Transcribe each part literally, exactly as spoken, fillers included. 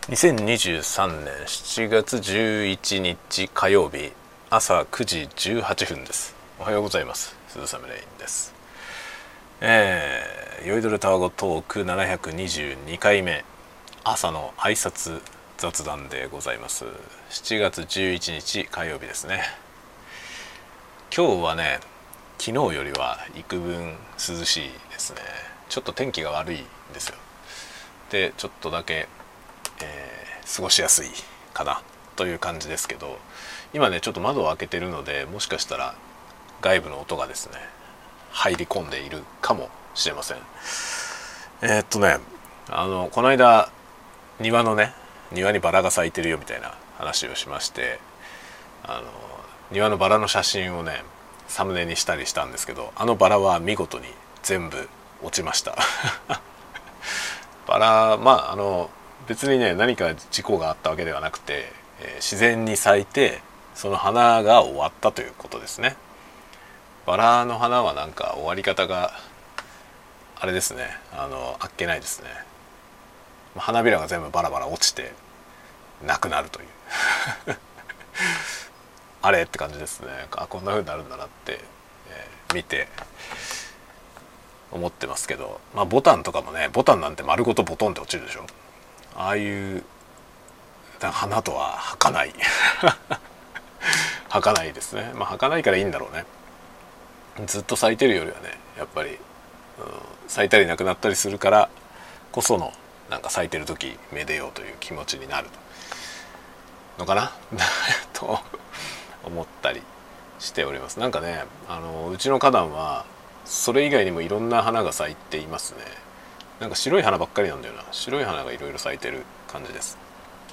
にせんにじゅうさんねんしちがつじゅういちにち火曜日朝くじじゅうはっぷんです。おはようございます。鈴雨レインです。えー、酔いどれタワゴトークななひゃくにじゅうにかいめ朝の挨拶雑談でございます。しちがつじゅういちにち火曜日ですね。今日はね、昨日よりは幾分涼しいですね。ちょっと天気が悪いんですよ。でちょっとだけ、えー、過ごしやすいかなという感じですけど、今ねちょっと窓を開けてるので、もしかしたら外部の音がですね入り込んでいるかもしれません。えー、っとねあのこの間庭のね庭にバラが咲いてるよみたいな話をしまして、あの庭のバラの写真をねサムネにしたりしたんですけど、あのバラは見事に全部落ちましたバラ、まああの別にね何か事故があったわけではなくて、えー、自然に咲いてその花が終わったということですね。バラの花はなんか終わり方があれですね、あのあっけないですね。花びらが全部バラバラ落ちてなくなるというあれって感じですね。あ、こんな風になるんだなって、えー、見て思ってますけど、まあボタンとかもね、ボタンなんて丸ごとボトンって落ちるでしょ。ああいう花とは儚い儚いですね。まあ儚いからいいんだろうね。ずっと咲いてるよりはね、やっぱり、うん、咲いたりなくなったりするからこそのなんか咲いてる時めでようという気持ちになるのかなと思ったりしております。なんかね、あのうちの花壇はそれ以外にもいろんな花が咲いていますね。なんか白い花ばっかりなんだよな。白い花がいろいろ咲いてる感じです。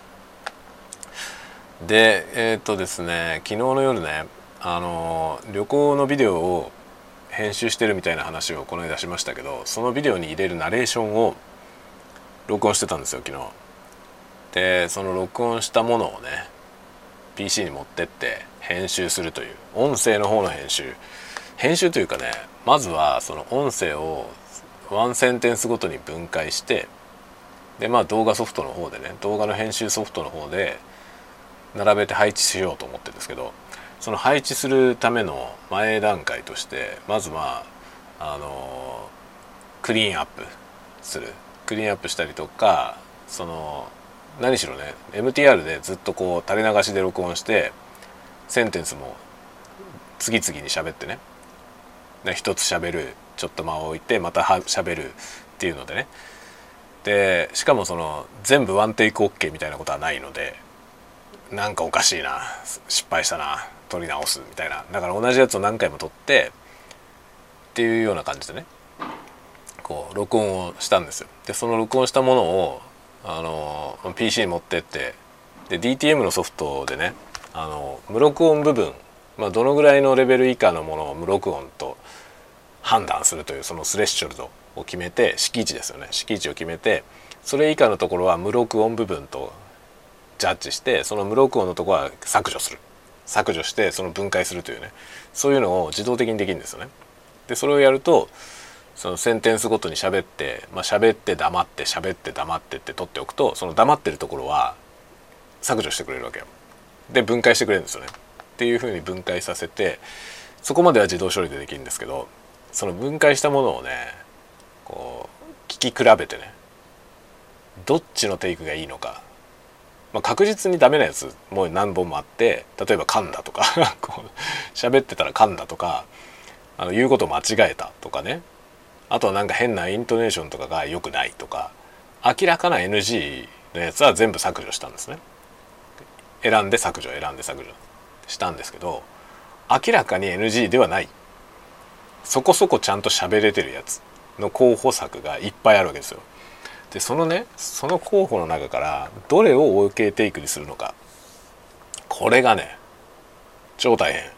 でえー、っとですね昨日の夜ね、あの旅行のビデオを編集してるみたいな話をこの間しましたけど、そのビデオに入れるナレーションを録音してたんですよ昨日。でその録音したものをね ピーシー に持ってって編集するという音声の方の編集編集というかね、まずはその音声をワンセンテンスごとに分解して、でまあ動画ソフトの方でね、動画の編集ソフトの方で並べて配置しようと思ってるんですけど、その配置するための前段階として、まずまああのクリーンアップするクリーンアップしたりとか、その何しろね エムティーアール でずっとこう垂れ流しで録音してセンテンスも次々に喋ってね、一つ喋る、ちょっと間を置いてまた喋るっていうのでね、でしかもその全部ワンテイク OK みたいなことはないので、なんかおかしいな、失敗したな、撮り直すみたいな、だから同じやつを何回も撮ってっていうような感じでね、こう録音をしたんですよ。でその録音したものをあの ピーシー に持ってって、で ディーティーエム のソフトでね、あの無録音部分、まあ、どのぐらいのレベル以下のものを無録音と判断するというそのスレッショルドを決めて、敷地ですよね、敷地を決めて、それ以下のところは無録音部分とジャッジして、その無録音のところは削除する削除してその分解するというね、そういうのを自動的にできるんですよね。でそれをやるとそのセンテンスごとに喋って、まあ、喋って黙って喋って黙ってって取っておくと、その黙ってるところは削除してくれるわけよ。で分解してくれるんですよね。っていう風に分解させて、そこまでは自動処理でできるんですけど、その分解したものをねこう聞き比べてね、どっちのテイクがいいのか、まあ、確実にダメなやつもう何本もあって、例えば噛んだとかこう喋ってたら噛んだとか、あの言うこと間違えたとかね、あとはなんか変なイントネーションとかが良くないとか、明らかな エヌジー のやつは全部削除したんですね。選んで削除選んで削除したんですけど、明らかに エヌジー ではない、そこそこちゃんと喋れてるやつの候補作がいっぱいあるわけですよ。でそのねその候補の中からどれを OK テイクにするのか、これがね超大変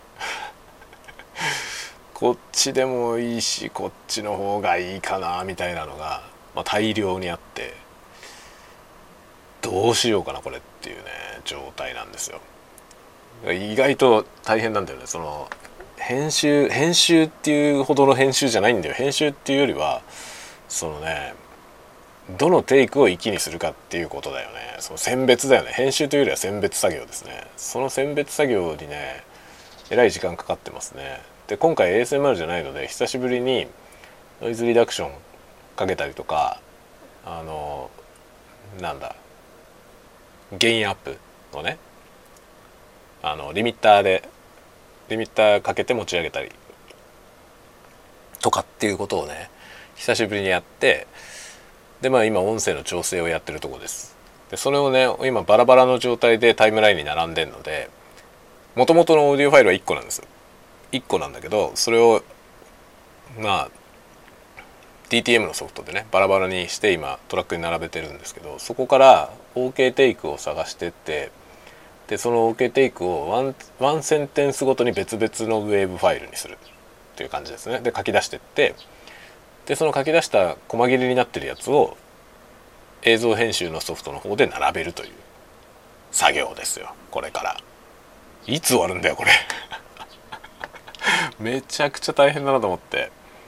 こっちでもいいしこっちの方がいいかなみたいなのが、まあ、大量にあって、どうしようかなこれっていうね状態なんですよ。意外と大変なんだよね。その編集編集っていうほどの編集じゃないんだよ。編集っていうよりはそのねどのテイクをいちにするかっていうことだよね。その選別だよね。編集というよりは選別作業ですね。その選別作業にねえらい時間かかってますね。で今回 エーエスエムアール じゃないので久しぶりにノイズリダクションかけたりとか、あのなんだゲインアップのね、あのリミッターでリミッターかけて持ち上げたりとかっていうことをね久しぶりにやって、でまあ今音声の調整をやってるとこです。でそれをね今バラバラの状態でタイムラインに並んでるので、元々のオーディオファイルはいっこなんですよ。いっこなんだけど、それをまあ ディーティーエム のソフトでねバラバラにして今トラックに並べてるんですけど、そこから OK テイクを探してって、でその OK テイクをワンワンセンテンスごとに別々のウェーブファイルにするっていう感じですね。で書き出してって、でその書き出した細切れになってるやつを映像編集のソフトの方で並べるという作業ですよ。これからいつ終わるんだよこれめちゃくちゃ大変だなと思って、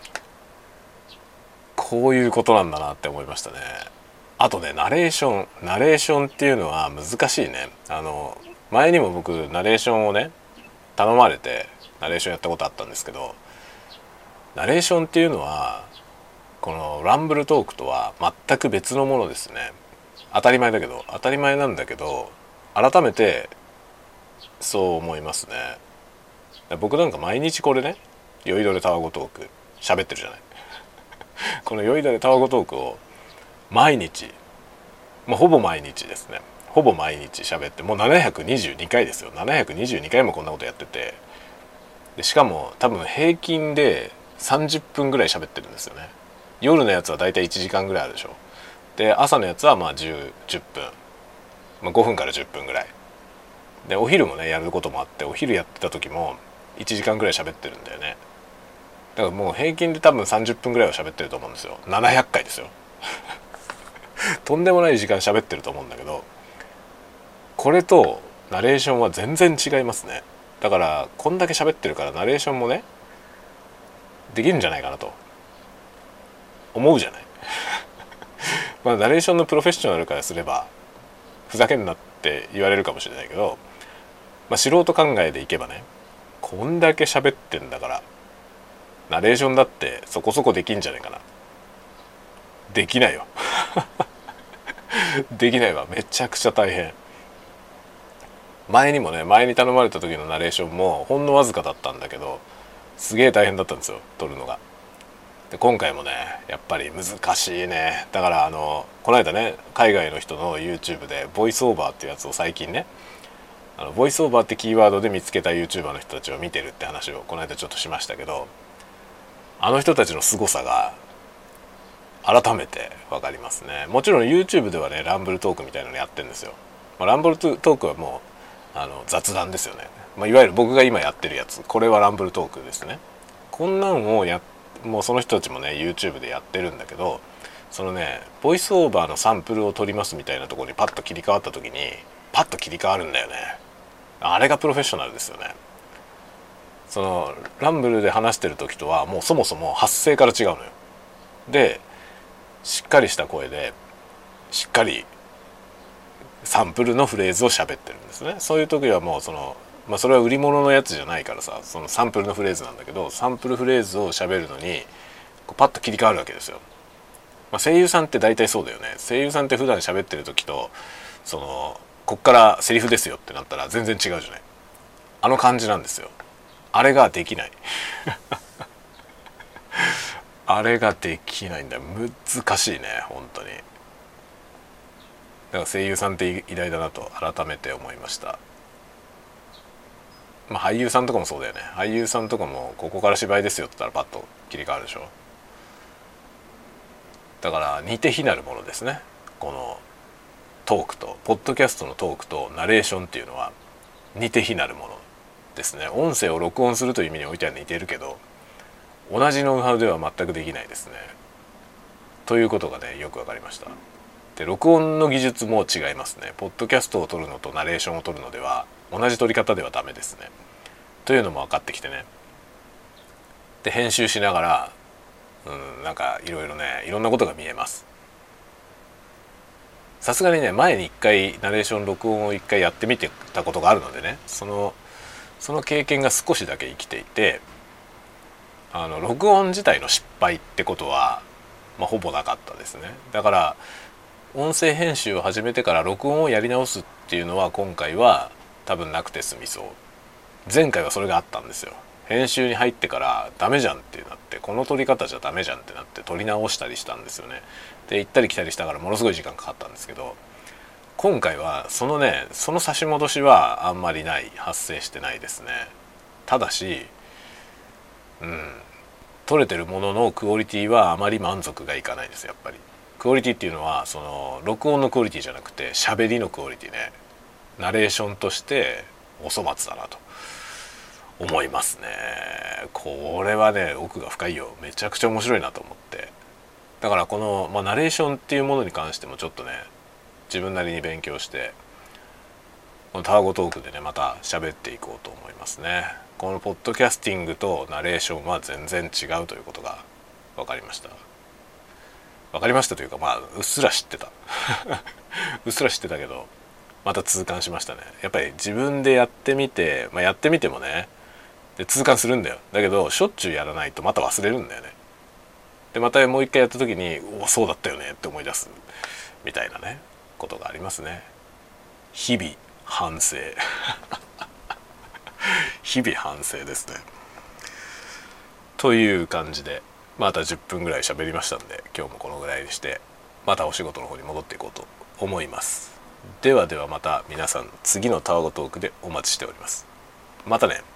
こういうことなんだなって思いましたね。あとねナレーションナレーションっていうのは難しいね。あの前にも僕ナレーションをね頼まれてナレーションやったことあったんですけど、ナレーションっていうのはこのランブルトークとは全く別のものですね。当たり前だけど当たり前なんだけど改めてそう思いますね。僕なんか毎日これね酔いどれタワゴトーク喋ってるじゃないこの酔いどれタワゴトークを毎日、まあ、ほぼ毎日ですねほぼ毎日喋って、もうななひゃくにじゅうにかいですよ。ななひゃくにじゅうにかいもこんなことやってて、でしかも多分平均でさんじゅっぷんぐらい喋ってるんですよね。夜のやつはだいたいいちじかんぐらいあるでしょ。で朝のやつはまあじゅう、じゅっぷん、まあ、ごふんからじゅっぷんぐらいで、お昼もねやることもあって、お昼やってた時もいちじかんぐらい喋ってるんだよね。だからもう平均で多分さんじゅっぷんぐらいは喋ってると思うんですよ。ななひゃっかいですよとんでもない時間喋ってると思うんだけど、これとナレーションは全然違いますね。だからこんだけ喋ってるからナレーションもねできるんじゃないかなと思うじゃないまあナレーションのプロフェッショナルからすればふざけんなって言われるかもしれないけど、まあ、素人考えでいけばね、こんだけ喋ってんだからナレーションだってそこそこできんじゃないかな。できないよできないわ。めちゃくちゃ大変。前にもね前に頼まれた時のナレーションもほんのわずかだったんだけど、すげえ大変だったんですよ撮るのが。で今回もねやっぱり難しいね。だからあのこの間ね海外の人の YouTube でボイスオーバーっていうやつを最近ね、あのボイスオーバーってキーワードで見つけた YouTuber の人たちを見てるって話をこの間ちょっとしましたけど、あの人たちの凄さが改めて分かりますね。もちろん YouTube ではねランブルトークみたいなのやってるんですよ。まあ、ランブルトークはもうあの雑談ですよね。まあ、いわゆる僕が今やってるやつ、これはランブルトークですね。こんなんをやもうその人たちもね YouTube でやってるんだけど、そのねボイスオーバーのサンプルを取りますみたいなところにパッと切り替わった時にパッと切り替わるんだよね。あれがプロフェッショナルですよね。そのランブルで話してる時とはもうそもそも発声から違うのよ。でしっかりした声でしっかりサンプルのフレーズを喋ってるんですね。そういう時はもうそのまあそれは売り物のやつじゃないからさ、そのサンプルのフレーズなんだけど、サンプルフレーズを喋るのにこうパッと切り替わるわけですよ。まあ、声優さんって大体そうだよね。声優さんって普段喋ってる時とそのこっからセリフですよってなったら全然違うじゃない。あの感じなんですよ。あれができないあれができないんだよ。難しいね本当に。だから声優さんって偉大だなと改めて思いました。まあ、俳優さんとかもそうだよね。俳優さんとかもここから芝居ですよって言ったらパッと切り替わるでしょ。だから似て非なるものですね。このトークとポッドキャストのトークとナレーションっていうのは似て非なるものですね。音声を録音するという意味においては似てるけど同じノウハウでは全くできないですね。ということがねよく分かりました。で録音の技術も違いますね。ポッドキャストを撮るのとナレーションを撮るのでは同じ撮り方ではダメですね。というのも分かってきてね。で編集しながら、うん、なんかいろいろねいろんなことが見えます。 さすがにね前に一回ナレーション録音を一回やってみてたことがあるのでね、そのその経験が少しだけ生きていて、あの録音自体の失敗ってことは、まあ、ほぼなかったですね。だから音声編集を始めてから録音をやり直すっていうのは今回は多分なくて済みそう。前回はそれがあったんですよ。編集に入ってからダメじゃんってなって、この撮り方じゃダメじゃんってなって撮り直したりしたんですよね。で行ったり来たりしたからものすごい時間かかったんですけど、今回はそのねその差し戻しはあんまりない、発生してないですね。ただしうん撮れてるもののクオリティはあまり満足がいかないです。やっぱりクオリティっていうのはその録音のクオリティじゃなくて喋りのクオリティね。ナレーションとしてお粗末だなと思いますね。これはね奥が深いよ。めちゃくちゃ面白いなと思って、だからこの、まあ、ナレーションっていうものに関してもちょっとね自分なりに勉強して、このタワゴトークでねまた喋っていこうと思いますね。このポッドキャスティングとナレーションは全然違うということが分かりました。分かりましたというか、まあうっすら知ってたうっすら知ってたけどまた痛感しましたね。やっぱり自分でやってみて、まあ、やってみてもねで痛感するんだよ。だけどしょっちゅうやらないとまた忘れるんだよね。でまたもう一回やった時に「おおそうだったよね」って思い出すみたいなねことがありますね。日々反省日々反省ですね。という感じでまたじゅっぷんぐらい喋りましたんで、今日もこのぐらいにしてまたお仕事の方に戻っていこうと思います。ではではまた皆さん次のタワゴトークでお待ちしております。またね。